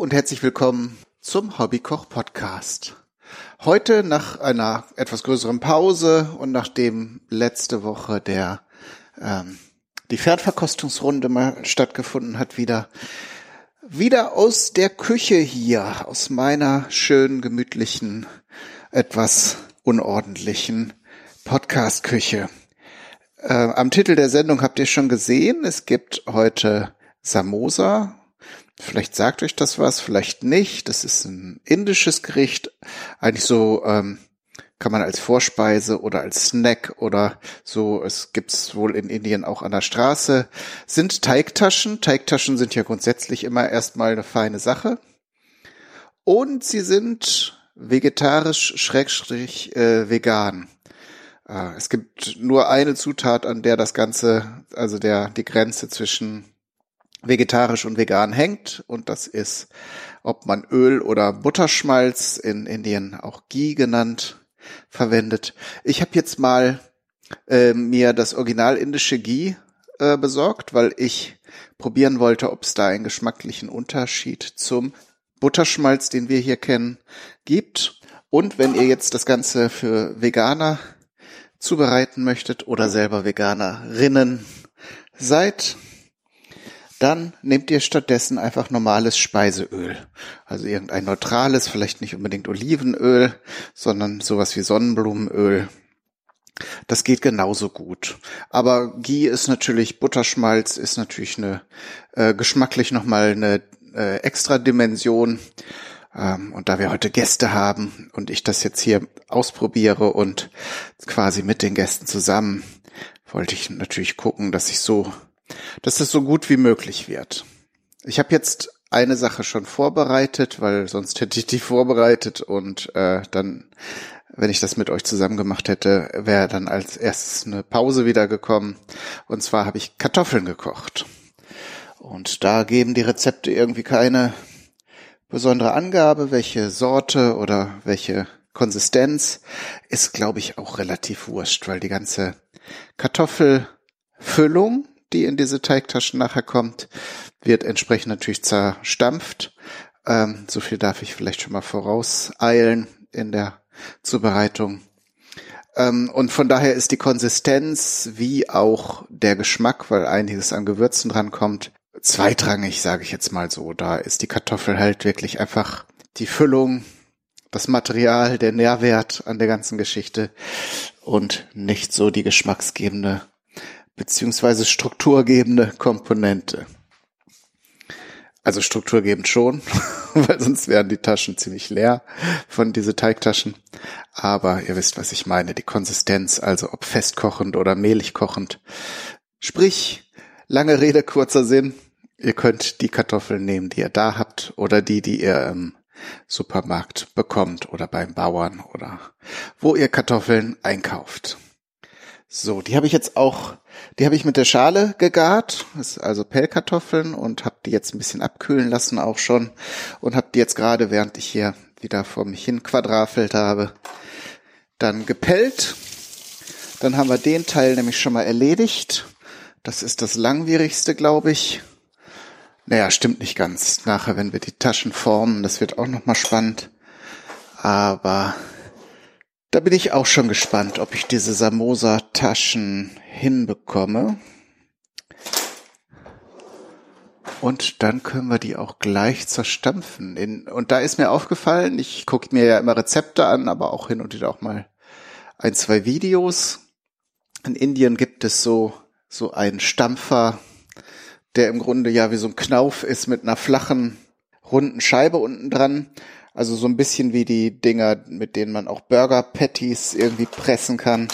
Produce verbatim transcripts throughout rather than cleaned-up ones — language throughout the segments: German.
und herzlich willkommen zum Hobbykoch-Podcast. Heute nach einer etwas größeren Pause und nachdem letzte Woche der ähm, die Fernverkostungsrunde mal stattgefunden hat, wieder wieder aus der Küche hier, aus meiner schönen, gemütlichen, etwas unordentlichen Podcast-Küche. Äh, am Titel der Sendung habt ihr schon gesehen, es gibt heute Samosa. Vielleicht sagt euch das was, vielleicht nicht. Das ist ein indisches Gericht, eigentlich so ähm, kann man als Vorspeise oder als Snack oder so, es gibt's wohl in Indien auch an der Straße, sind Teigtaschen. Teigtaschen sind ja grundsätzlich immer erstmal eine feine Sache. Und sie sind vegetarisch schrägstrich äh, vegan. Äh, es gibt nur eine Zutat, an der das Ganze, also der die Grenze zwischen vegetarisch und vegan hängt, und das ist, ob man Öl oder Butterschmalz, in Indien auch Ghee genannt, verwendet. Ich habe jetzt mal äh, mir das original indische Ghee äh, besorgt, weil ich probieren wollte, ob es da einen geschmacklichen Unterschied zum Butterschmalz, den wir hier kennen, gibt. Und wenn ihr jetzt das Ganze für Veganer zubereiten möchtet oder selber Veganerinnen seid, dann nehmt ihr stattdessen einfach normales Speiseöl. Also irgendein neutrales, vielleicht nicht unbedingt Olivenöl, sondern sowas wie Sonnenblumenöl. Das geht genauso gut. Aber Ghee ist natürlich, Butterschmalz ist natürlich eine äh, geschmacklich nochmal eine äh, extra Dimension. Ähm, und da wir heute Gäste haben und ich das jetzt hier ausprobiere und quasi mit den Gästen zusammen, wollte ich natürlich gucken, dass ich so dass es so gut wie möglich wird. Ich habe jetzt eine Sache schon vorbereitet, weil sonst hätte ich die vorbereitet und äh, dann, wenn ich das mit euch zusammen gemacht hätte, wäre dann als erstes eine Pause wieder gekommen. Und zwar habe ich Kartoffeln gekocht. Und da geben die Rezepte irgendwie keine besondere Angabe, welche Sorte oder welche Konsistenz. Ist, glaube ich, auch relativ wurscht, weil die ganze Kartoffelfüllung, die in diese Teigtaschen nachher kommt, wird entsprechend natürlich zerstampft. Ähm, so viel darf ich vielleicht schon mal vorauseilen in der Zubereitung. Ähm, und von daher ist die Konsistenz wie auch der Geschmack, weil einiges an Gewürzen dran kommt, zweitrangig, sage ich jetzt mal so. Da ist die Kartoffel halt wirklich einfach die Füllung, das Material, der Nährwert an der ganzen Geschichte und nicht so die geschmacksgebende beziehungsweise strukturgebende Komponente. Also strukturgebend schon, weil sonst wären die Taschen ziemlich leer von diese Teigtaschen. Aber ihr wisst, was ich meine, die Konsistenz, also ob festkochend oder mehlig kochend. Sprich, lange Rede, kurzer Sinn, ihr könnt die Kartoffeln nehmen, die ihr da habt oder die, die ihr im Supermarkt bekommt oder beim Bauern oder wo ihr Kartoffeln einkauft. So, die habe ich jetzt auch, die habe ich mit der Schale gegart, das ist also Pellkartoffeln, und habe die jetzt ein bisschen abkühlen lassen auch schon und habe die jetzt gerade, während ich hier wieder vor mich hin quadrafelt habe, dann gepellt. Dann haben wir den Teil nämlich schon mal erledigt. Das ist das langwierigste, glaube ich. Naja, stimmt nicht ganz. Nachher, wenn wir die Taschen formen, das wird auch nochmal spannend. Aber da bin ich auch schon gespannt, ob ich diese Samosa-Taschen hinbekomme. Und dann können wir die auch gleich zerstampfen. In, und da ist mir aufgefallen, ich gucke mir ja immer Rezepte an, aber auch hin und wieder auch mal ein, zwei Videos. In Indien gibt es so, so einen Stampfer, der im Grunde ja wie so ein Knauf ist mit einer flachen, runden Scheibe unten dran. Also so ein bisschen wie die Dinger, mit denen man auch Burger Patties irgendwie pressen kann.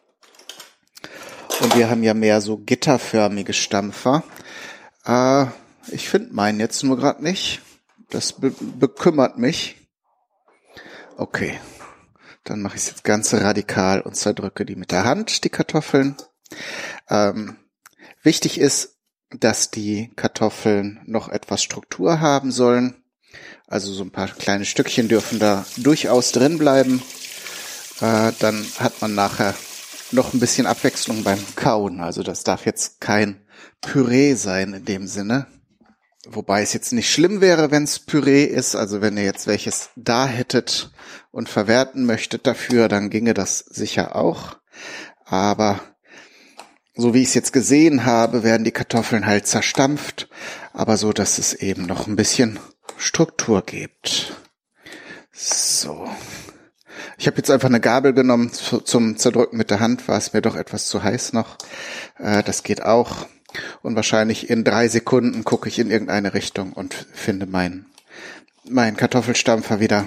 Und wir haben ja mehr so gitterförmige Stampfer. Äh, ich finde meinen jetzt nur gerade nicht. Das be- bekümmert mich. Okay, dann mache ich es jetzt ganz radikal und zerdrücke die mit der Hand, die Kartoffeln. Ähm, wichtig ist, dass die Kartoffeln noch etwas Struktur haben sollen. Also so ein paar kleine Stückchen dürfen da durchaus drin bleiben. Äh, dann hat man nachher noch ein bisschen Abwechslung beim Kauen. Also das darf jetzt kein Püree sein in dem Sinne. Wobei es jetzt nicht schlimm wäre, wenn es Püree ist. Also wenn ihr jetzt welches da hättet und verwerten möchtet dafür, dann ginge das sicher auch. Aber so wie ich es jetzt gesehen habe, werden die Kartoffeln halt zerstampft. Aber so, dass es eben noch ein bisschen Struktur gibt. So. Ich habe jetzt einfach eine Gabel genommen zum Zerdrücken mit der Hand. War es mir doch etwas zu heiß noch. Äh, das geht auch. Und wahrscheinlich in drei Sekunden gucke ich in irgendeine Richtung und finde meinen meinen Kartoffelstampfer wieder.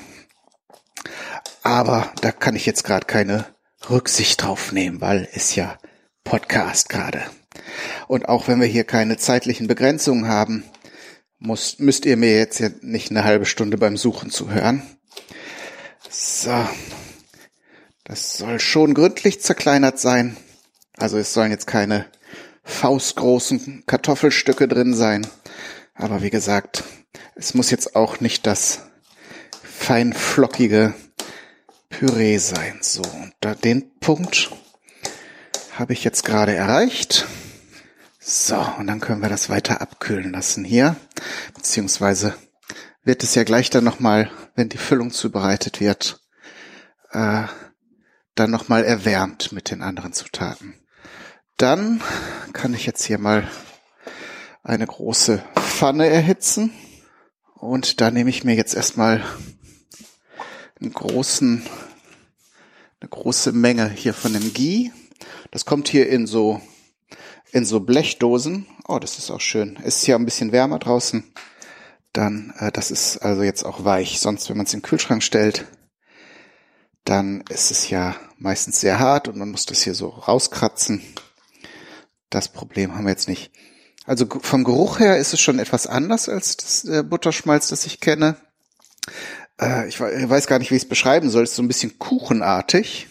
Aber da kann ich jetzt gerade keine Rücksicht drauf nehmen, weil es ja Podcast gerade. Und auch wenn wir hier keine zeitlichen Begrenzungen haben, muss, müsst ihr mir jetzt ja nicht eine halbe Stunde beim Suchen zuhören. So. Das soll schon gründlich zerkleinert sein. Also es sollen jetzt keine faustgroßen Kartoffelstücke drin sein. Aber wie gesagt, es muss jetzt auch nicht das feinflockige Püree sein. So, und da den Punkt habe ich jetzt gerade erreicht. So, und dann können wir das weiter abkühlen lassen hier. Beziehungsweise wird es ja gleich dann nochmal, wenn die Füllung zubereitet wird, äh, dann nochmal erwärmt mit den anderen Zutaten. Dann kann ich jetzt hier mal eine große Pfanne erhitzen und da nehme ich mir jetzt erstmal einen großen, eine große Menge hier von dem Ghee. Das kommt hier in so in so Blechdosen. Oh, das ist auch schön. Ist ja ein bisschen wärmer draußen. Dann, äh, das ist also jetzt auch weich. Sonst, wenn man es in den Kühlschrank stellt, dann ist es ja meistens sehr hart und man muss das hier so rauskratzen. Das Problem haben wir jetzt nicht. Also vom Geruch her ist es schon etwas anders als das äh, Butterschmalz, das ich kenne. Äh, ich weiß gar nicht, wie ich es beschreiben soll. Es ist so ein bisschen kuchenartig.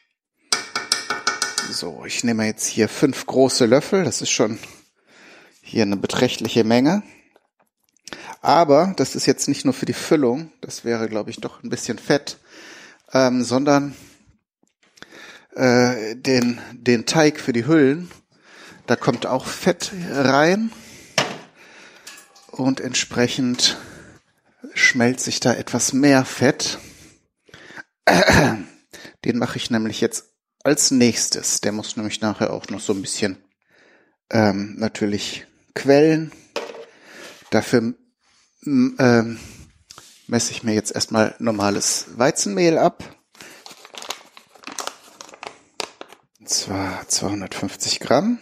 So, ich nehme jetzt hier fünf große Löffel. Das ist schon hier eine beträchtliche Menge. Aber das ist jetzt nicht nur für die Füllung. Das wäre, glaube ich, doch ein bisschen fett. Ähm, sondern äh, den, den Teig für die Hüllen. Da kommt auch Fett rein und entsprechend schmelzt sich da etwas mehr Fett. Den mache ich nämlich jetzt als nächstes. Der muss nämlich nachher auch noch so ein bisschen ähm, natürlich quellen. Dafür ähm, messe ich mir jetzt erstmal normales Weizenmehl ab. Und zwar zweihundertfünfzig Gramm.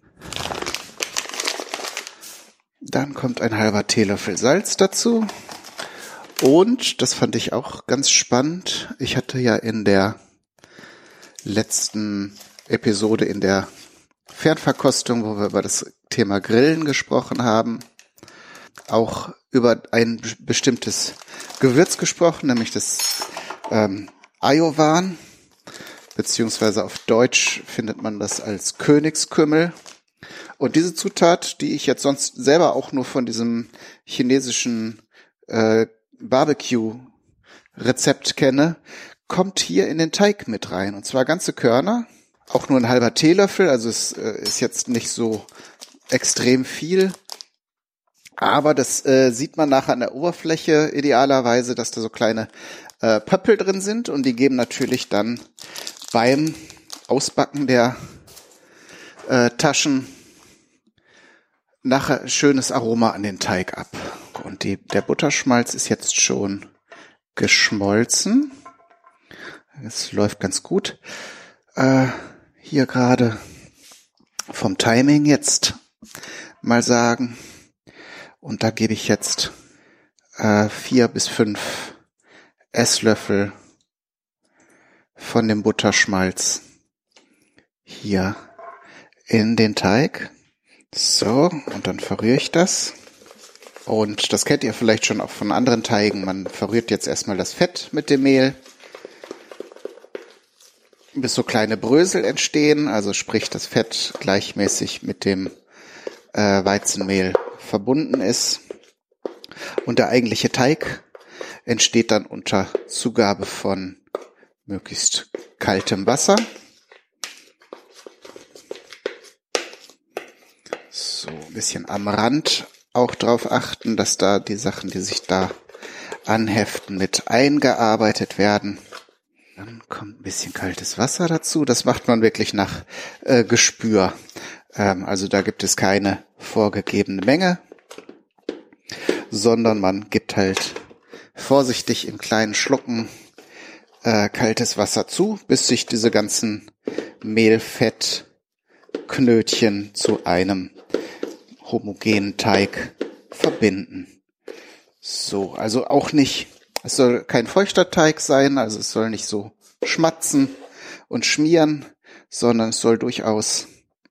Dann kommt ein halber Teelöffel Salz dazu. Und, das fand ich auch ganz spannend, ich hatte ja in der letzten Episode in der Fernverkostung, wo wir über das Thema Grillen gesprochen haben, auch über ein bestimmtes Gewürz gesprochen, nämlich das ähm, Ajowan, beziehungsweise auf Deutsch findet man das als Königskümmel. Und diese Zutat, die ich jetzt sonst selber auch nur von diesem chinesischen äh, Barbecue-Rezept kenne, kommt hier in den Teig mit rein. Und zwar ganze Körner, auch nur ein halber Teelöffel, also es äh, ist jetzt nicht so extrem viel. Aber das äh, sieht man nachher an der Oberfläche idealerweise, dass da so kleine äh, Pöppel drin sind. Und die geben natürlich dann beim Ausbacken der äh, Taschen nachher schönes Aroma an den Teig ab. Und die, der Butterschmalz ist jetzt schon geschmolzen. Es läuft ganz gut. Äh, hier gerade vom Timing jetzt mal sagen. Und da gebe ich jetzt äh, vier bis fünf Esslöffel von dem Butterschmalz hier in den Teig. So, und dann verrühre ich das. Und das kennt ihr vielleicht schon auch von anderen Teigen. Man verrührt jetzt erstmal das Fett mit dem Mehl, bis so kleine Brösel entstehen. Also sprich, das Fett gleichmäßig mit dem äh, Weizenmehl verbunden ist. Und der eigentliche Teig entsteht dann unter Zugabe von möglichst kaltem Wasser. So, ein bisschen am Rand auch darauf achten, dass da die Sachen, die sich da anheften, mit eingearbeitet werden. Dann kommt ein bisschen kaltes Wasser dazu. Das macht man wirklich nach äh, Gespür. Ähm, also da gibt es keine vorgegebene Menge, sondern man gibt halt vorsichtig in kleinen Schlucken äh, kaltes Wasser zu, bis sich diese ganzen Mehlfettknötchen zu einem homogenen Teig verbinden. So, also auch nicht, es soll kein feuchter Teig sein, also es soll nicht so schmatzen und schmieren, sondern es soll durchaus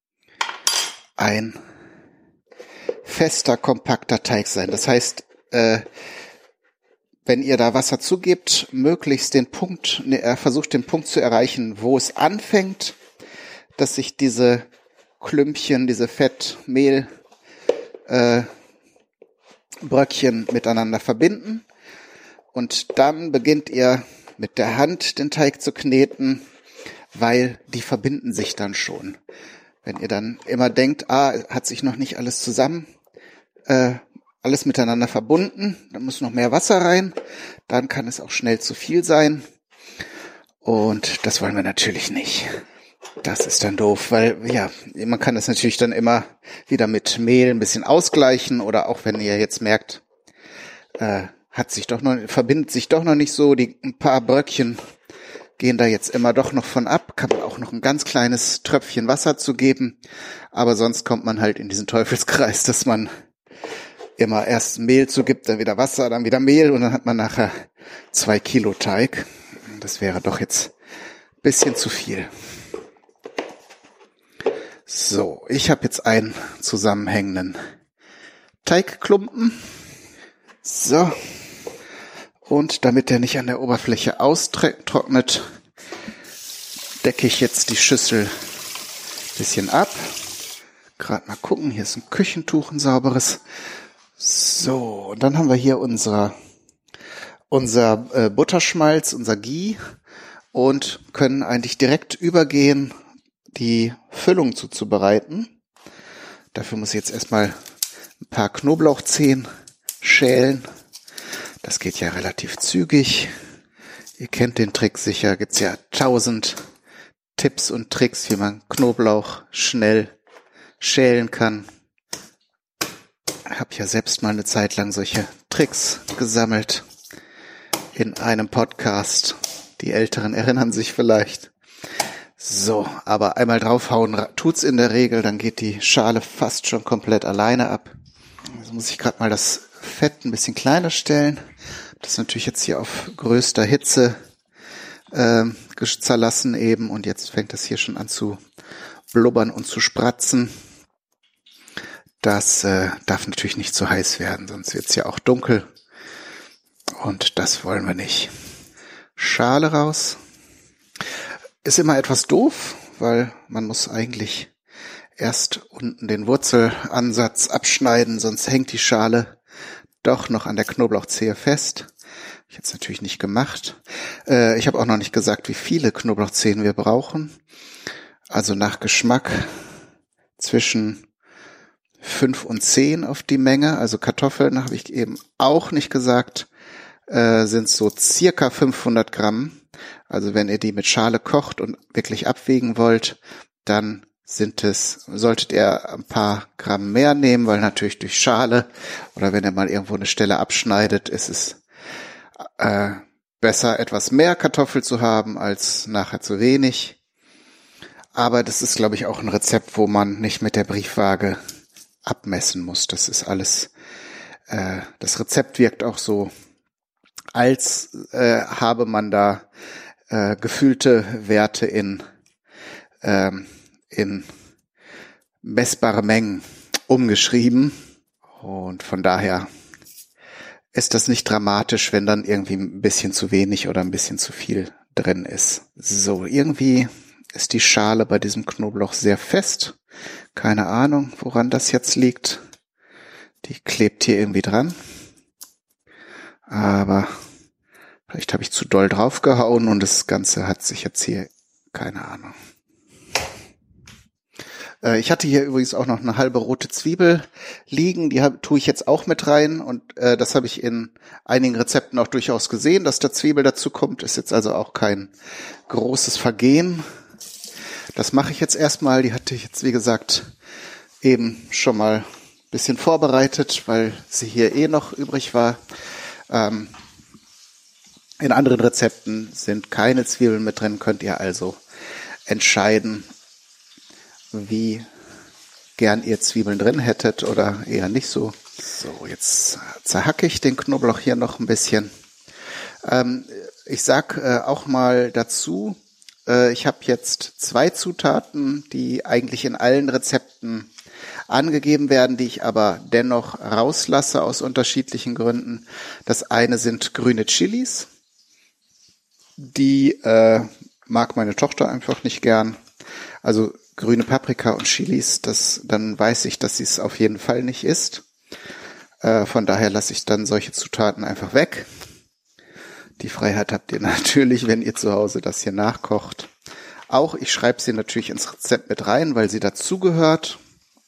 ein fester, kompakter Teig sein. Das heißt, äh, wenn ihr da Wasser zugebt, möglichst den Punkt, ne, er versucht den Punkt zu erreichen, wo es anfängt, dass sich diese Klümpchen, diese Fett, Mehl, äh, Bröckchen miteinander verbinden. Und dann beginnt ihr mit der Hand den Teig zu kneten, weil die verbinden sich dann schon. Wenn ihr dann immer denkt, ah, hat sich noch nicht alles zusammen, äh, alles miteinander verbunden, dann muss noch mehr Wasser rein, dann kann es auch schnell zu viel sein. Und das wollen wir natürlich nicht. Das ist dann doof, weil ja, man kann das natürlich dann immer wieder mit Mehl ein bisschen ausgleichen oder auch wenn ihr jetzt merkt, äh, hat sich doch noch, verbindet sich doch noch nicht so, die ein paar Bröckchen gehen da jetzt immer doch noch von ab, kann man auch noch ein ganz kleines Tröpfchen Wasser zugeben, aber sonst kommt man halt in diesen Teufelskreis, dass man immer erst Mehl zugibt, dann wieder Wasser, dann wieder Mehl und dann hat man nachher zwei Kilo Teig. Das wäre doch jetzt ein bisschen zu viel. So, ich habe jetzt einen zusammenhängenden Teigklumpen. So. Und damit der nicht an der Oberfläche austrocknet, decke ich jetzt die Schüssel ein bisschen ab. Gerade mal gucken, hier ist ein Küchentuch, ein sauberes. So, und dann haben wir hier unser, unser äh, Butterschmalz, unser Ghee und können eigentlich direkt übergehen, die Füllung zuzubereiten. Dafür muss ich jetzt erstmal ein paar Knoblauchzehen schälen. Das geht ja relativ zügig. Ihr kennt den Trick sicher, gibt's ja tausend Tipps und Tricks, wie man Knoblauch schnell schälen kann. Ich habe ja selbst mal eine Zeit lang solche Tricks gesammelt in einem Podcast. Die Älteren erinnern sich vielleicht. So, aber einmal draufhauen tut's in der Regel, dann geht die Schale fast schon komplett alleine ab. Also muss ich gerade mal das Fett ein bisschen kleiner stellen. Das ist natürlich jetzt hier auf größter Hitze äh, zerlassen eben und jetzt fängt das hier schon an zu blubbern und zu spratzen. Das äh, darf natürlich nicht zu heiß werden, sonst wird's ja auch dunkel und das wollen wir nicht. Schale raus. Ist immer etwas doof, weil man muss eigentlich erst unten den Wurzelansatz abschneiden, sonst hängt die Schale doch noch an der Knoblauchzehe fest. Hab ich jetzt natürlich nicht gemacht. Äh, ich habe auch noch nicht gesagt, wie viele Knoblauchzehen wir brauchen. Also nach Geschmack zwischen fünf und zehn auf die Menge. Also Kartoffeln habe ich eben auch nicht gesagt, äh, sind so circa fünfhundert Gramm. Also wenn ihr die mit Schale kocht und wirklich abwägen wollt, dann sind es, solltet ihr ein paar Gramm mehr nehmen, weil natürlich durch Schale oder wenn ihr mal irgendwo eine Stelle abschneidet, ist es äh, besser, etwas mehr Kartoffel zu haben, als nachher zu wenig. Aber das ist, glaube ich, auch ein Rezept, wo man nicht mit der Briefwaage abmessen muss. Das ist alles, äh, das Rezept wirkt auch so, als äh, habe man da äh, gefühlte Werte in ähm, in messbare Mengen umgeschrieben und von daher ist das nicht dramatisch, wenn dann irgendwie ein bisschen zu wenig oder ein bisschen zu viel drin ist. So, irgendwie ist die Schale bei diesem Knoblauch sehr fest. Keine Ahnung, woran das jetzt liegt. Die klebt hier irgendwie dran. Aber vielleicht habe ich zu doll draufgehauen und das Ganze hat sich jetzt hier, keine Ahnung. Äh, ich hatte hier übrigens auch noch eine halbe rote Zwiebel liegen, die hab, tue ich jetzt auch mit rein und äh, das habe ich in einigen Rezepten auch durchaus gesehen, dass da Zwiebel dazu kommt. Ist jetzt also auch kein großes Vergehen. Das mache ich jetzt erstmal. Die hatte ich jetzt, wie gesagt, eben schon mal ein bisschen vorbereitet, weil sie hier eh noch übrig war. Ähm, in anderen Rezepten sind keine Zwiebeln mit drin, könnt ihr also entscheiden, wie gern ihr Zwiebeln drin hättet oder eher nicht so. So, jetzt zerhacke ich den Knoblauch hier noch ein bisschen. Ähm, ich sag äh, auch mal dazu, äh, ich habe jetzt zwei Zutaten, die eigentlich in allen Rezepten angegeben werden, die ich aber dennoch rauslasse aus unterschiedlichen Gründen. Das eine sind grüne Chilis. Die äh, mag meine Tochter einfach nicht gern. Also grüne Paprika und Chilis, das, dann weiß ich, dass sie es auf jeden Fall nicht isst. Äh, von daher lasse ich dann solche Zutaten einfach weg. Die Freiheit habt ihr natürlich, wenn ihr zu Hause das hier nachkocht. Auch ich schreibe sie natürlich ins Rezept mit rein, weil sie dazugehört.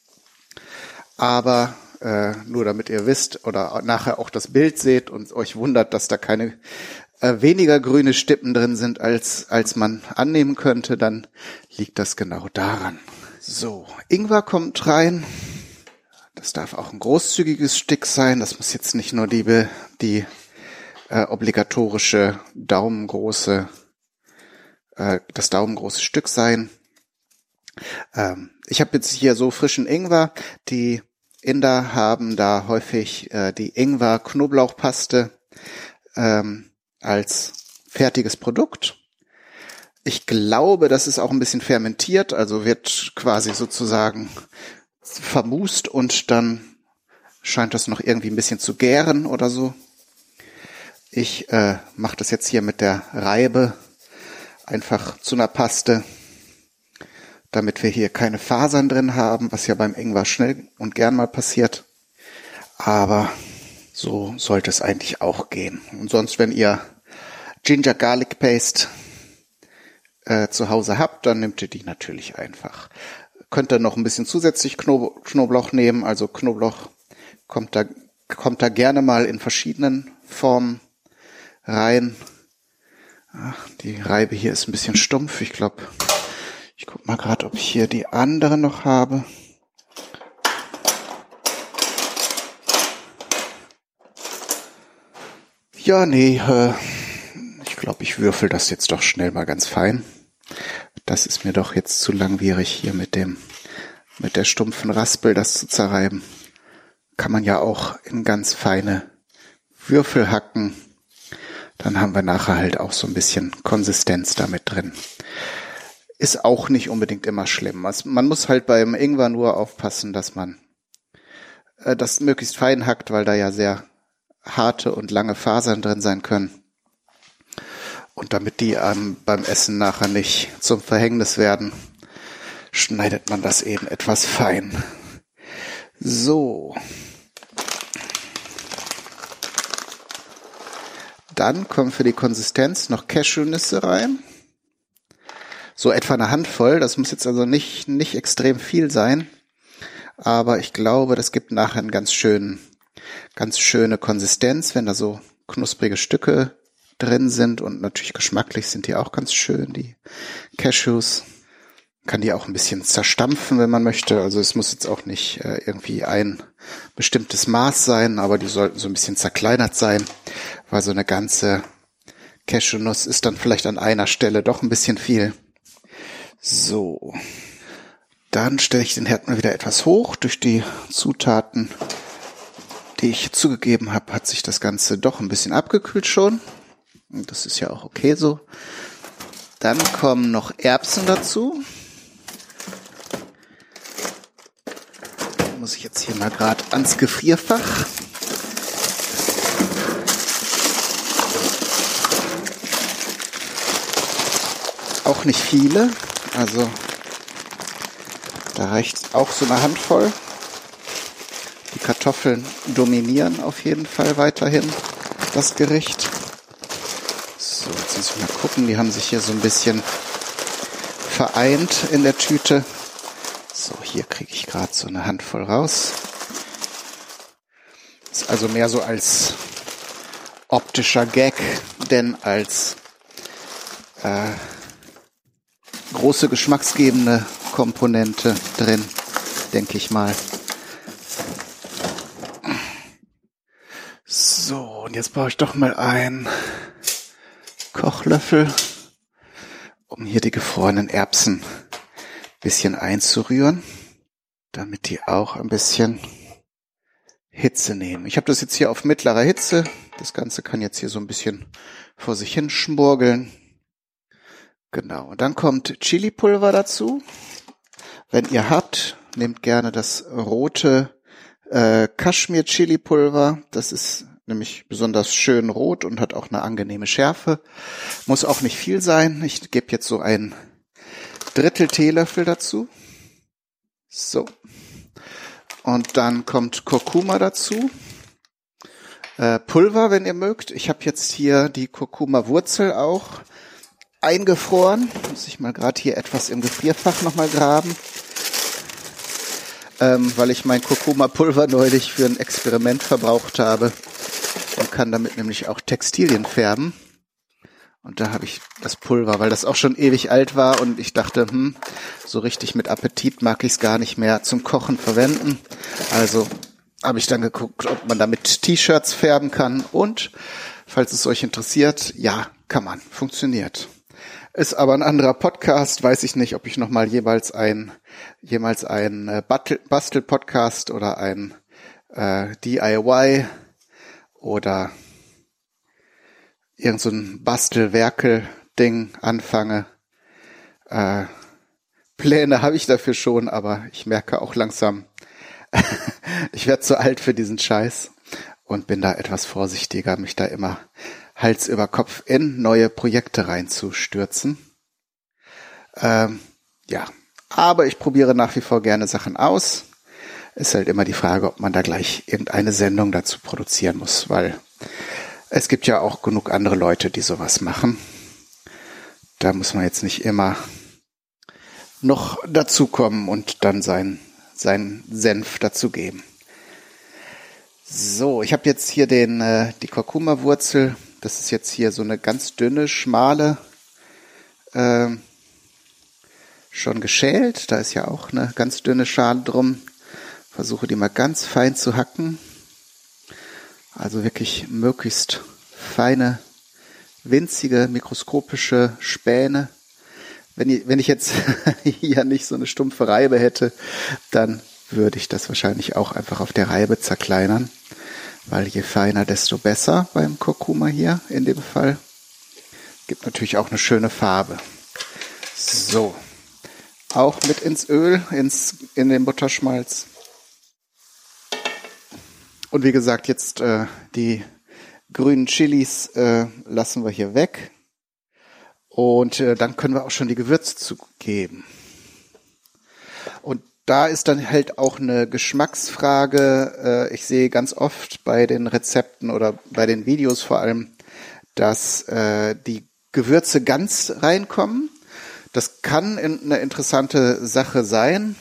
Aber äh, nur damit ihr wisst oder nachher auch das Bild seht und euch wundert, dass da keine äh, weniger grüne Stippen drin sind, als als man annehmen könnte, dann liegt das genau daran. So, Ingwer kommt rein. Das darf auch ein großzügiges Stück sein. Das muss jetzt nicht nur die die äh, obligatorische daumengroße äh, das daumengroße Stück sein. Ähm, ich habe jetzt hier so frischen Ingwer. Die Inder haben da häufig äh, die Ingwer-Knoblauchpaste ähm, als fertiges Produkt. Ich glaube, das ist auch ein bisschen fermentiert, also wird quasi sozusagen vermust und dann scheint das noch irgendwie ein bisschen zu gären oder so. Ich äh, mache das jetzt hier mit der Reibe einfach zu einer Paste, damit wir hier keine Fasern drin haben, was ja beim Ingwer schnell und gern mal passiert. Aber so sollte es eigentlich auch gehen. Und sonst, wenn ihr Ginger Garlic Paste äh, zu Hause habt, dann nehmt ihr die natürlich einfach. Könnt ihr noch ein bisschen zusätzlich Knob- Knoblauch nehmen. Also Knoblauch kommt da, kommt da gerne mal in verschiedenen Formen rein. Ach, die Reibe hier ist ein bisschen stumpf. Ich glaube, ich guck mal gerade, ob ich hier die andere noch habe. Ja, nee, äh, ich glaube, ich würfel das jetzt doch schnell mal ganz fein. Das ist mir doch jetzt zu langwierig, hier mit dem, mit der stumpfen Raspel das zu zerreiben. Kann man ja auch in ganz feine Würfel hacken. Dann haben wir nachher halt auch so ein bisschen Konsistenz damit drin. Ist auch nicht unbedingt immer schlimm. Also man muss halt beim Ingwer nur aufpassen, dass man äh, das möglichst fein hackt, weil da ja sehr harte und lange Fasern drin sein können. Und damit die ähm, beim Essen nachher nicht zum Verhängnis werden, schneidet man das eben etwas fein. So. Dann kommen für die Konsistenz noch Cashewnüsse rein. So etwa eine Handvoll. Das muss jetzt also nicht, nicht extrem viel sein. Aber ich glaube, das gibt nachher einen ganz schönen, ganz schöne Konsistenz, wenn da so knusprige Stücke drin sind. Und natürlich geschmacklich sind die auch ganz schön, die Cashews. Kann die auch ein bisschen zerstampfen, wenn man möchte. Also es muss jetzt auch nicht äh, irgendwie ein bestimmtes Maß sein, aber die sollten so ein bisschen zerkleinert sein, weil so eine ganze Cashewnuss ist dann vielleicht an einer Stelle doch ein bisschen viel. So, dann stelle ich den Herd mal wieder etwas hoch. Durch die Zutaten, die ich zugegeben habe, hat sich das Ganze doch ein bisschen abgekühlt schon. Und das ist ja auch okay so. Dann kommen noch Erbsen dazu. Muss ich jetzt hier mal gerade ans Gefrierfach. Auch nicht viele, also da reicht auch so eine Handvoll. Die Kartoffeln dominieren auf jeden Fall weiterhin das Gericht. So, jetzt muss ich mal gucken, die haben sich hier so ein bisschen vereint in der Tüte. So, hier kriege ich gerade so eine Handvoll raus. Ist also mehr so als optischer Gag, denn als äh, große geschmacksgebende Komponente drin, denke ich mal. So, und jetzt brauche ich doch mal einen Kochlöffel, um hier die gefrorenen Erbsen ein bisschen einzurühren, damit die auch ein bisschen Hitze nehmen. Ich habe das jetzt hier auf mittlerer Hitze. Das Ganze kann jetzt hier so ein bisschen vor sich hin schmurgeln. Genau, und dann kommt Chilipulver dazu. Wenn ihr habt, nehmt gerne das rote äh, Kaschmir-Chili-Pulver. Das ist nämlich besonders schön rot und hat auch eine angenehme Schärfe. Muss auch nicht viel sein. Ich gebe jetzt so ein Drittel Teelöffel dazu. So. Und dann kommt Kurkuma dazu. Äh, Pulver, wenn ihr mögt. Ich habe jetzt hier die Kurkuma-Wurzel auch eingefroren. Muss ich mal gerade hier etwas im Gefrierfach nochmal graben. Ähm, weil ich mein Kurkuma-Pulver neulich für ein Experiment verbraucht habe und kann damit nämlich auch Textilien färben. Und da habe ich das Pulver, weil das auch schon ewig alt war und ich dachte, hm, so richtig mit Appetit mag ich es gar nicht mehr zum Kochen verwenden. Also habe ich dann geguckt, ob man damit T-Shirts färben kann und, falls es euch interessiert, ja, kann man, funktioniert. Ist aber ein anderer Podcast, weiß ich nicht, ob ich nochmal jeweils ein, jemals ein äh, Bastel-Podcast oder ein äh, D I Y oder irgend so ein Bastel-Werkel-Ding anfange. Äh, Pläne habe ich dafür schon, aber ich merke auch langsam, ich werde zu alt für diesen Scheiß und bin da etwas vorsichtiger, mich da immer Hals über Kopf in neue Projekte reinzustürzen. Ähm, ja, aber ich probiere nach wie vor gerne Sachen aus. Ist halt immer die Frage, ob man da gleich irgendeine Sendung dazu produzieren muss, weil es gibt ja auch genug andere Leute, die sowas machen. Da muss man jetzt nicht immer noch dazukommen und dann sein, seinen Senf dazugeben. So, ich habe jetzt hier den äh, die Kurkuma-Wurzel. Das ist jetzt hier so eine ganz dünne, schmale, äh, schon geschält. Da ist ja auch eine ganz dünne Schale drum. Versuche die mal ganz fein zu hacken. Also wirklich möglichst feine, winzige, mikroskopische Späne. Wenn ich, wenn ich jetzt hier nicht so eine stumpfe Reibe hätte, dann würde ich das wahrscheinlich auch einfach auf der Reibe zerkleinern. Weil je feiner, desto besser beim Kurkuma hier in dem Fall. Gibt natürlich auch eine schöne Farbe. So, auch mit ins Öl, ins in den Butterschmalz. Und wie gesagt, jetzt äh, die grünen Chilis äh, lassen wir hier weg. Und äh, dann können wir auch schon die Gewürze zugeben. Und da ist dann halt auch eine Geschmacksfrage. Äh, ich sehe ganz oft bei den Rezepten oder bei den Videos vor allem, dass äh, die Gewürze ganz reinkommen. Das kann in, eine interessante Sache sein.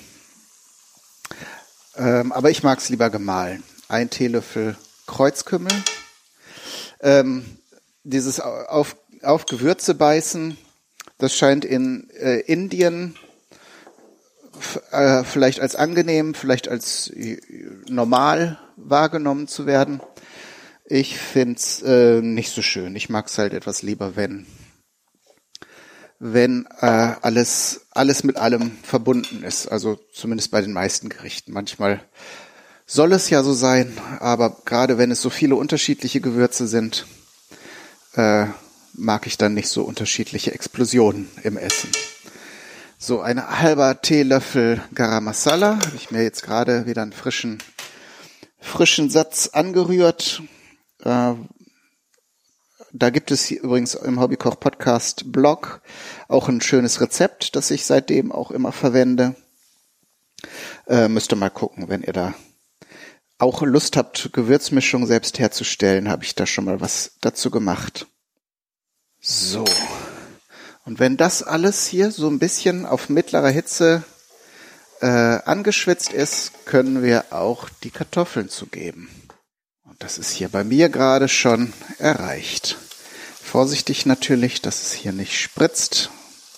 Ähm, aber ich mag es lieber gemahlen. Ein Teelöffel Kreuzkümmel. Ähm, dieses auf, auf Gewürze beißen, das scheint in äh, Indien f- äh, vielleicht als angenehm, vielleicht als äh, normal wahrgenommen zu werden. Ich find's äh, nicht so schön. Ich mag's halt etwas lieber, wenn wenn äh, alles alles mit allem verbunden ist. Also zumindest bei den meisten Gerichten. Manchmal soll es ja so sein, aber gerade wenn es so viele unterschiedliche Gewürze sind, äh, mag ich dann nicht so unterschiedliche Explosionen im Essen. So, ein halber Teelöffel Garam Masala, habe ich mir jetzt gerade wieder einen frischen, frischen Satz angerührt. Äh, da gibt es hier übrigens im Hobbykoch-Podcast-Blog auch ein schönes Rezept, das ich seitdem auch immer verwende. Äh, müsst ihr mal gucken, wenn ihr da auch Lust habt, Gewürzmischung selbst herzustellen, habe ich da schon mal was dazu gemacht. So. Und wenn das alles hier so ein bisschen auf mittlerer Hitze äh, angeschwitzt ist, können wir auch die Kartoffeln zugeben. Und das ist hier bei mir gerade schon erreicht. Vorsichtig natürlich, dass es hier nicht spritzt.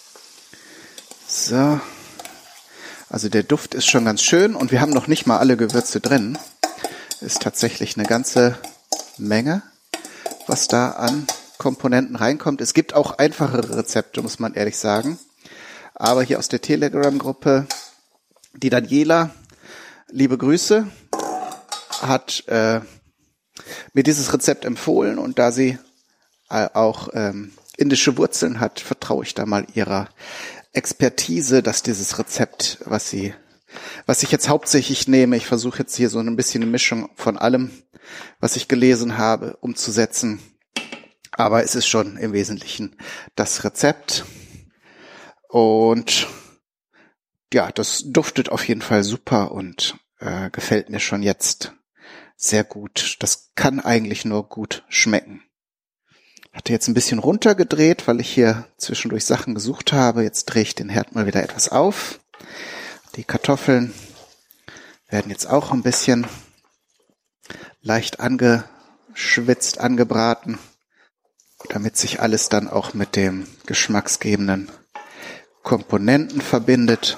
So. Also der Duft ist schon ganz schön und wir haben noch nicht mal alle Gewürze drin. Ist tatsächlich eine ganze Menge, was da an Komponenten reinkommt. Es gibt auch einfachere Rezepte, muss man ehrlich sagen. Aber hier aus der Telegram-Gruppe, die Daniela, liebe Grüße, hat äh, mir dieses Rezept empfohlen und da sie äh, auch ähm, indische Wurzeln hat, vertraue ich da mal ihrer Expertise, dass dieses Rezept, was sie, was ich jetzt hauptsächlich nehme, ich versuche jetzt hier so ein bisschen eine Mischung von allem, was ich gelesen habe, umzusetzen. Aber es ist schon im Wesentlichen das Rezept. Und ja, das duftet auf jeden Fall super und äh, gefällt mir schon jetzt sehr gut. Das kann eigentlich nur gut schmecken. Hatte jetzt ein bisschen runtergedreht, weil ich hier zwischendurch Sachen gesucht habe. Jetzt drehe ich den Herd mal wieder etwas auf. Die Kartoffeln werden jetzt auch ein bisschen leicht angeschwitzt, angebraten, damit sich alles dann auch mit dem geschmacksgebenden Komponenten verbindet.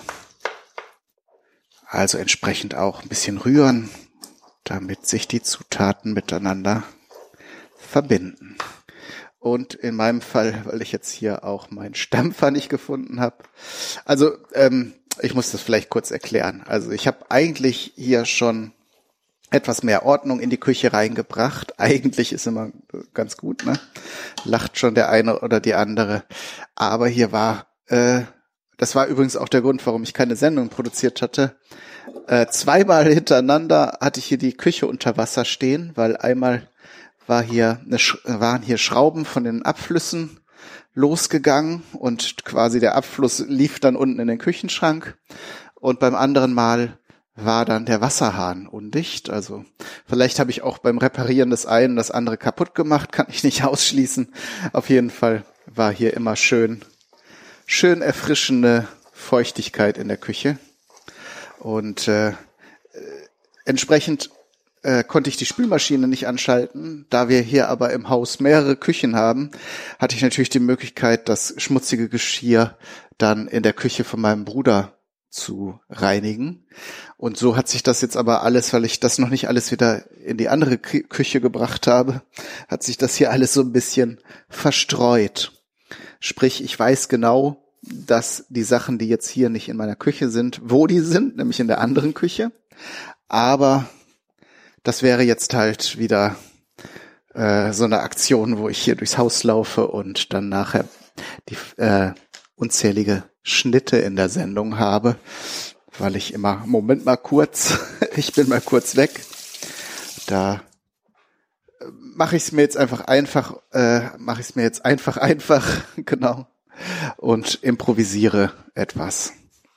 Also entsprechend auch ein bisschen rühren, damit sich die Zutaten miteinander verbinden. Und in meinem Fall, weil ich jetzt hier auch meinen Stampfer nicht gefunden habe. Also ähm, ich muss das vielleicht kurz erklären. Also ich habe eigentlich hier schon etwas mehr Ordnung in die Küche reingebracht. Eigentlich ist immer ganz gut, ne? Lacht schon der eine oder die andere. Aber hier war, äh, das war übrigens auch der Grund, warum ich keine Sendung produziert hatte. Äh, zweimal hintereinander hatte ich hier die Küche unter Wasser stehen, weil einmal war hier eine, waren hier Schrauben von den Abflüssen losgegangen und quasi der Abfluss lief dann unten in den Küchenschrank. Und beim anderen Mal war dann der Wasserhahn undicht. Also vielleicht habe ich auch beim Reparieren des einen das andere kaputt gemacht, kann ich nicht ausschließen. Auf jeden Fall war hier immer schön, schön erfrischende Feuchtigkeit in der Küche. Und äh, entsprechend äh, konnte ich die Spülmaschine nicht anschalten. Da wir hier aber im Haus mehrere Küchen haben, hatte ich natürlich die Möglichkeit, das schmutzige Geschirr dann in der Küche von meinem Bruder zu reinigen. Und so hat sich das jetzt aber alles, weil ich das noch nicht alles wieder in die andere Kü- Küche gebracht habe, hat sich das hier alles so ein bisschen verstreut. Sprich, ich weiß genau, dass die Sachen, die jetzt hier nicht in meiner Küche sind, wo die sind, nämlich in der anderen Küche. Aber das wäre jetzt halt wieder äh, so eine Aktion, wo ich hier durchs Haus laufe und dann nachher die äh, unzählige Schnitte in der Sendung habe, weil ich immer, Moment mal kurz, ich bin mal kurz weg. Da mache ich es mir jetzt einfach einfach, äh, mache ich es mir jetzt einfach einfach, genau, und improvisiere etwas.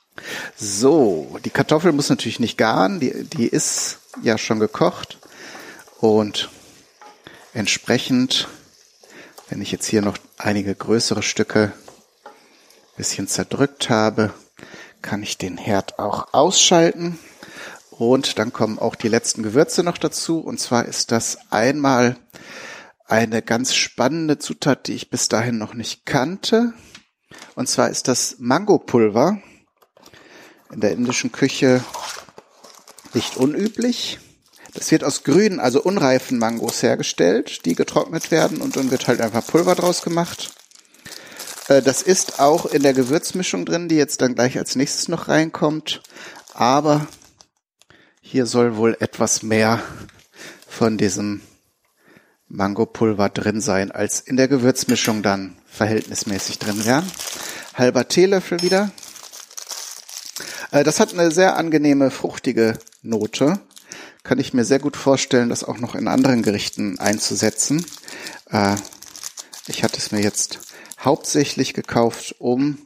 So, die Kartoffel muss natürlich nicht garen, die, die ist ja schon gekocht und entsprechend, wenn ich jetzt hier noch einige größere Stücke ein bisschen zerdrückt habe, kann ich den Herd auch ausschalten und dann kommen auch die letzten Gewürze noch dazu und zwar ist das einmal eine ganz spannende Zutat, die ich bis dahin noch nicht kannte und zwar ist das Mangopulver. In der indischen Küche nicht unüblich. Das wird aus grünen, also unreifen Mangos hergestellt, die getrocknet werden und dann wird halt einfach Pulver draus gemacht. Das ist auch in der Gewürzmischung drin, die jetzt dann gleich als nächstes noch reinkommt. Aber hier soll wohl etwas mehr von diesem Mangopulver drin sein, als in der Gewürzmischung dann verhältnismäßig drin wären. Halber Teelöffel wieder. Das hat eine sehr angenehme, fruchtige Note. Kann ich mir sehr gut vorstellen, das auch noch in anderen Gerichten einzusetzen. Ich hatte es mir jetzt hauptsächlich gekauft, um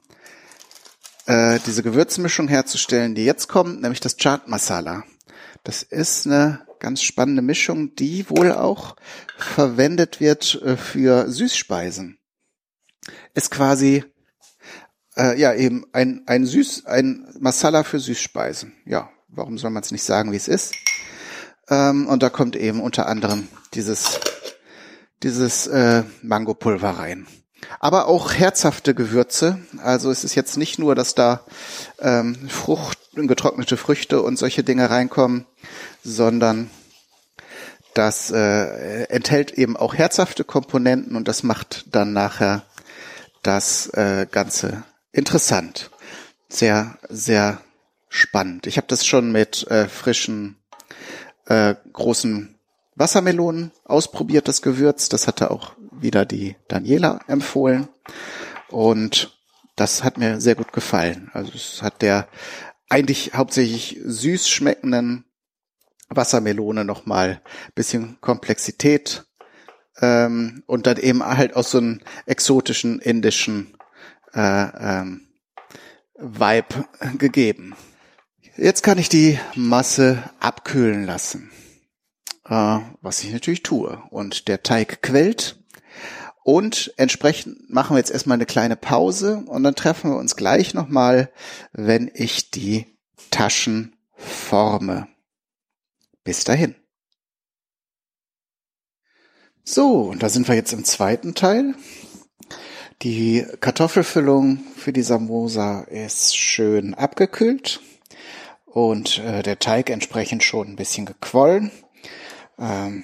diese Gewürzmischung herzustellen, die jetzt kommt, nämlich das Chaat Masala. Das ist eine ganz spannende Mischung, die wohl auch verwendet wird für Süßspeisen. Ist quasi Äh, ja, eben ein, ein Süß, ein Masala für Süßspeisen. Ja, warum soll man es nicht sagen, wie es ist? Ähm, und da kommt eben unter anderem dieses, dieses äh, Mangopulver rein. Aber auch herzhafte Gewürze. Also es ist jetzt nicht nur, dass da ähm, Frucht, getrocknete Früchte und solche Dinge reinkommen, sondern das äh, enthält eben auch herzhafte Komponenten und das macht dann nachher das äh, Ganze interessant. Sehr, sehr spannend. Ich habe das schon mit äh, frischen, äh, großen Wassermelonen ausprobiert, das Gewürz. Das hatte auch wieder die Daniela empfohlen. Und das hat mir sehr gut gefallen. Also es hat der eigentlich hauptsächlich süß schmeckenden Wassermelone nochmal ein bisschen Komplexität ähm, und dann eben halt auch so einen exotischen indischen äh, ähm, Vibe gegeben. Jetzt kann ich die Masse abkühlen lassen, äh, was ich natürlich tue. Und der Teig quillt und entsprechend machen wir jetzt erstmal eine kleine Pause und dann treffen wir uns gleich nochmal, wenn ich die Taschen forme. Bis dahin. So, und da sind wir jetzt im zweiten Teil. Die Kartoffelfüllung für die Samosa ist schön abgekühlt und äh, der Teig entsprechend schon ein bisschen gequollen. Ähm,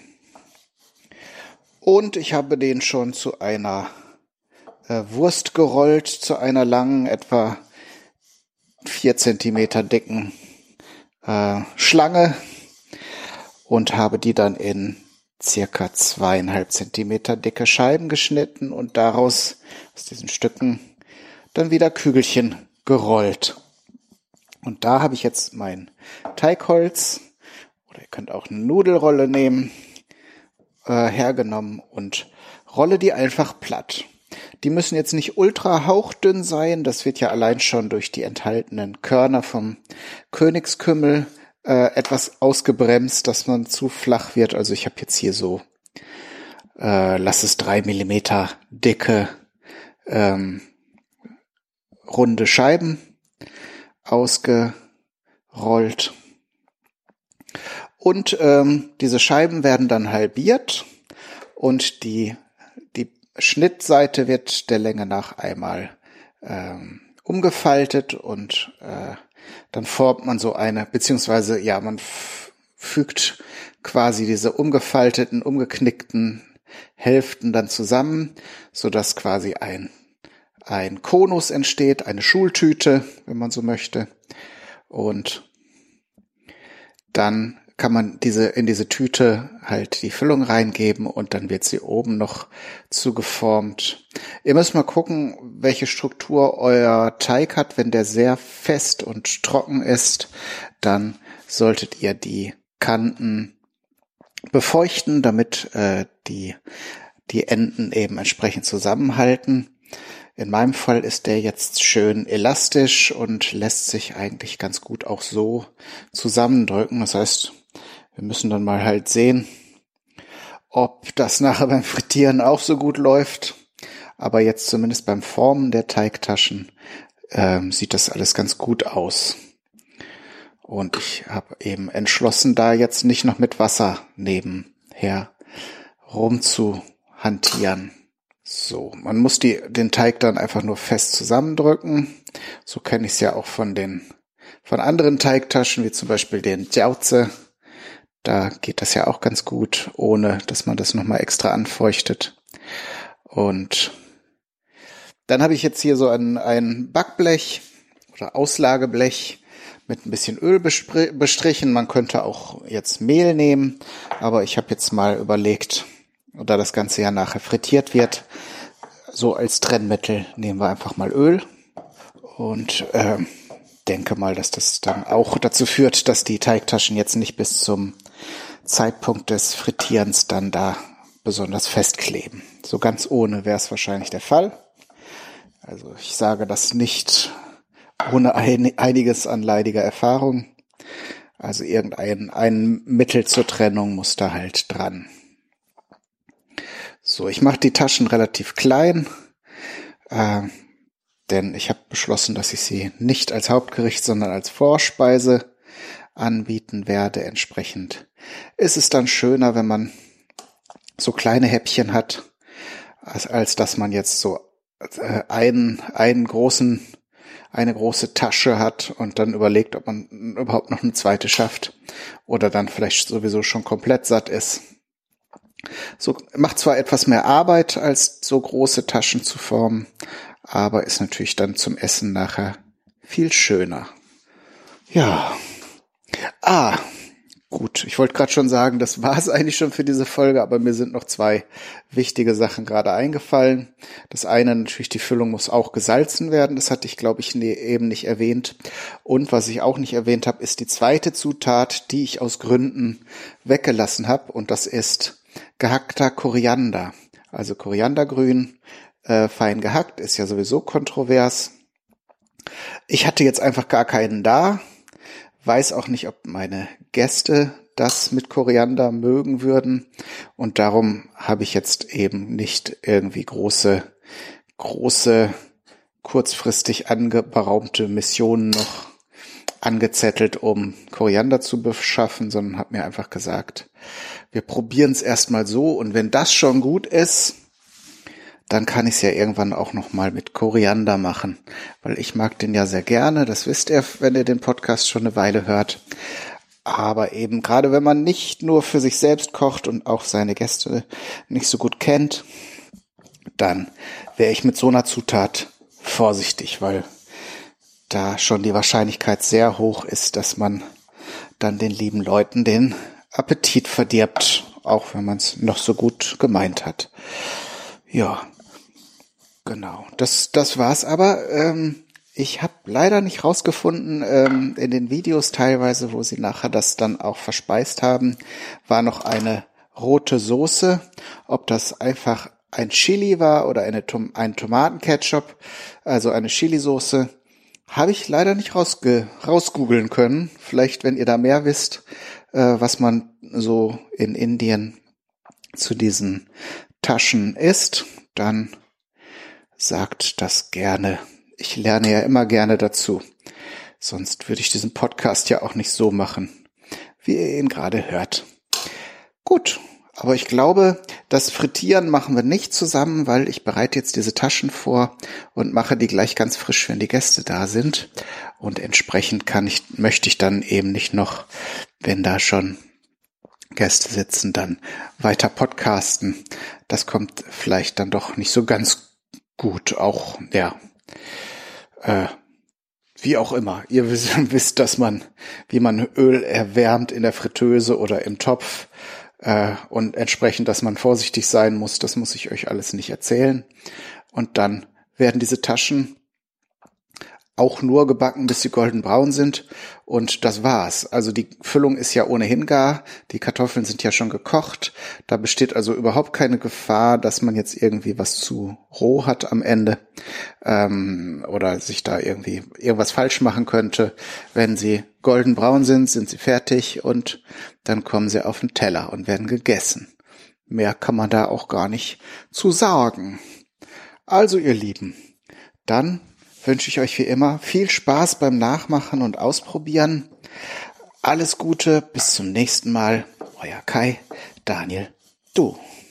und ich habe den schon zu einer äh, Wurst gerollt, zu einer langen, etwa vier Zentimeter dicken äh, Schlange und habe die dann in circa zweieinhalb Zentimeter dicke Scheiben geschnitten und daraus, aus diesen Stücken, dann wieder Kügelchen gerollt. Und da habe ich jetzt mein Teigholz, oder ihr könnt auch eine Nudelrolle nehmen, äh, hergenommen und rolle die einfach platt. Die müssen jetzt nicht ultra hauchdünn sein, das wird ja allein schon durch die enthaltenen Körner vom Königskümmel äh, etwas ausgebremst, dass man zu flach wird. Also ich habe jetzt hier so, äh, lass es drei Millimeter dicke, ähm, runde Scheiben ausgerollt. Und ähm, diese Scheiben werden dann halbiert und die die Schnittseite wird der Länge nach einmal ähm, umgefaltet und äh, dann formt man so eine, beziehungsweise ja, man f- fügt quasi diese umgefalteten, umgeknickten Hälften dann zusammen, sodass quasi ein ein Konus entsteht, eine Schultüte, wenn man so möchte. Und dann kann man diese in diese Tüte halt die Füllung reingeben und dann wird sie oben noch zugeformt. Ihr müsst mal gucken, welche Struktur euer Teig hat. Wenn der sehr fest und trocken ist, dann solltet ihr die Kanten befeuchten, damit äh, die die Enden eben entsprechend zusammenhalten. In meinem Fall ist der jetzt schön elastisch und lässt sich eigentlich ganz gut auch so zusammendrücken. Das heißt, wir müssen dann mal halt sehen, ob das nachher beim Frittieren auch so gut läuft. Aber jetzt zumindest beim Formen der Teigtaschen ähm, sieht das alles ganz gut aus. Und ich habe eben entschlossen, da jetzt nicht noch mit Wasser nebenher rumzuhantieren. So, man muss die, den Teig dann einfach nur fest zusammendrücken. So kenne ich es ja auch von den, von anderen Teigtaschen, wie zum Beispiel den Jiaozi. Da geht das ja auch ganz gut, ohne dass man das nochmal extra anfeuchtet. Und dann habe ich jetzt hier so ein, ein Backblech oder Auslageblech mit ein bisschen Öl bestrichen. Man könnte auch jetzt Mehl nehmen, aber ich habe jetzt mal überlegt, da das Ganze ja nachher frittiert wird, so als Trennmittel nehmen wir einfach mal Öl und äh, denke mal, dass das dann auch dazu führt, dass die Teigtaschen jetzt nicht bis zum Zeitpunkt des Frittierens dann da besonders festkleben. So ganz ohne wäre es wahrscheinlich der Fall. Also ich sage das nicht ohne ein, einiges an leidiger Erfahrung. Also irgendein ein Mittel zur Trennung muss da halt dran. So, ich mache die Taschen relativ klein. Äh, denn ich habe beschlossen, dass ich sie nicht als Hauptgericht, sondern als Vorspeise anbieten werde. Entsprechend ist es dann schöner, wenn man so kleine Häppchen hat, als, als dass man jetzt so äh, einen, einen großen, eine große Tasche hat und dann überlegt, ob man überhaupt noch eine zweite schafft oder dann vielleicht sowieso schon komplett satt ist. So macht zwar etwas mehr Arbeit, als so große Taschen zu formen, aber ist natürlich dann zum Essen nachher viel schöner. Ja. Ah, gut. Ich wollte gerade schon sagen, das war es eigentlich schon für diese Folge, aber mir sind noch zwei wichtige Sachen gerade eingefallen. Das eine natürlich, die Füllung muss auch gesalzen werden. Das hatte ich, glaube ich, ne, eben nicht erwähnt. Und was ich auch nicht erwähnt habe, ist die zweite Zutat, die ich aus Gründen weggelassen habe. Und das ist gehackter Koriander. Also Koriandergrün, äh, fein gehackt, ist ja sowieso kontrovers. Ich hatte jetzt einfach gar keinen da. Weiß auch nicht, ob meine Gäste das mit Koriander mögen würden. Und darum habe ich jetzt eben nicht irgendwie große, große, kurzfristig angeberaumte Missionen noch angezettelt, um Koriander zu beschaffen, sondern habe mir einfach gesagt, wir probieren es erstmal so und wenn das schon gut ist, dann kann ich es ja irgendwann auch noch mal mit Koriander machen, weil ich mag den ja sehr gerne, das wisst ihr, wenn ihr den Podcast schon eine Weile hört. Aber eben gerade wenn man nicht nur für sich selbst kocht und auch seine Gäste nicht so gut kennt, dann wäre ich mit so einer Zutat vorsichtig, weil da schon die Wahrscheinlichkeit sehr hoch ist, dass man dann den lieben Leuten den Appetit verdirbt, auch wenn man es noch so gut gemeint hat. Ja, genau. Das das war's aber. Ähm, ich habe leider nicht rausgefunden, ähm, in den Videos teilweise, wo sie nachher das dann auch verspeist haben, war noch eine rote Soße. Ob das einfach ein Chili war oder eine Tom- ein Tomatenketchup, also eine Chili-Soße, habe ich leider nicht rausge- rausgoogeln können. Vielleicht, wenn ihr da mehr wisst, äh, was man so in Indien zu diesen Taschen isst, dann sagt das gerne. Ich lerne ja immer gerne dazu. Sonst würde ich diesen Podcast ja auch nicht so machen, wie ihr ihn gerade hört. Gut, aber ich glaube, das Frittieren machen wir nicht zusammen, weil ich bereite jetzt diese Taschen vor und mache die gleich ganz frisch, wenn die Gäste da sind. Und entsprechend kann ich, möchte ich dann eben nicht noch, wenn da schon Gäste sitzen, dann weiter podcasten. Das kommt vielleicht dann doch nicht so ganz gut. Auch, ja, äh, wie auch immer. Ihr wisst, dass man, wie man Öl erwärmt in der Fritteuse oder im Topf äh, und entsprechend, dass man vorsichtig sein muss. Das muss ich euch alles nicht erzählen. Und dann werden diese Taschen auch nur gebacken, bis sie goldenbraun sind und das war's. Also die Füllung ist ja ohnehin gar, die Kartoffeln sind ja schon gekocht, da besteht also überhaupt keine Gefahr, dass man jetzt irgendwie was zu roh hat am Ende ähm, oder sich da irgendwie irgendwas falsch machen könnte. Wenn sie goldenbraun sind, sind sie fertig und dann kommen sie auf den Teller und werden gegessen. Mehr kann man da auch gar nicht zu sagen. Also ihr Lieben, dann wünsche ich euch wie immer viel Spaß beim Nachmachen und Ausprobieren. Alles Gute, bis zum nächsten Mal. Euer Kai, Daniel, du.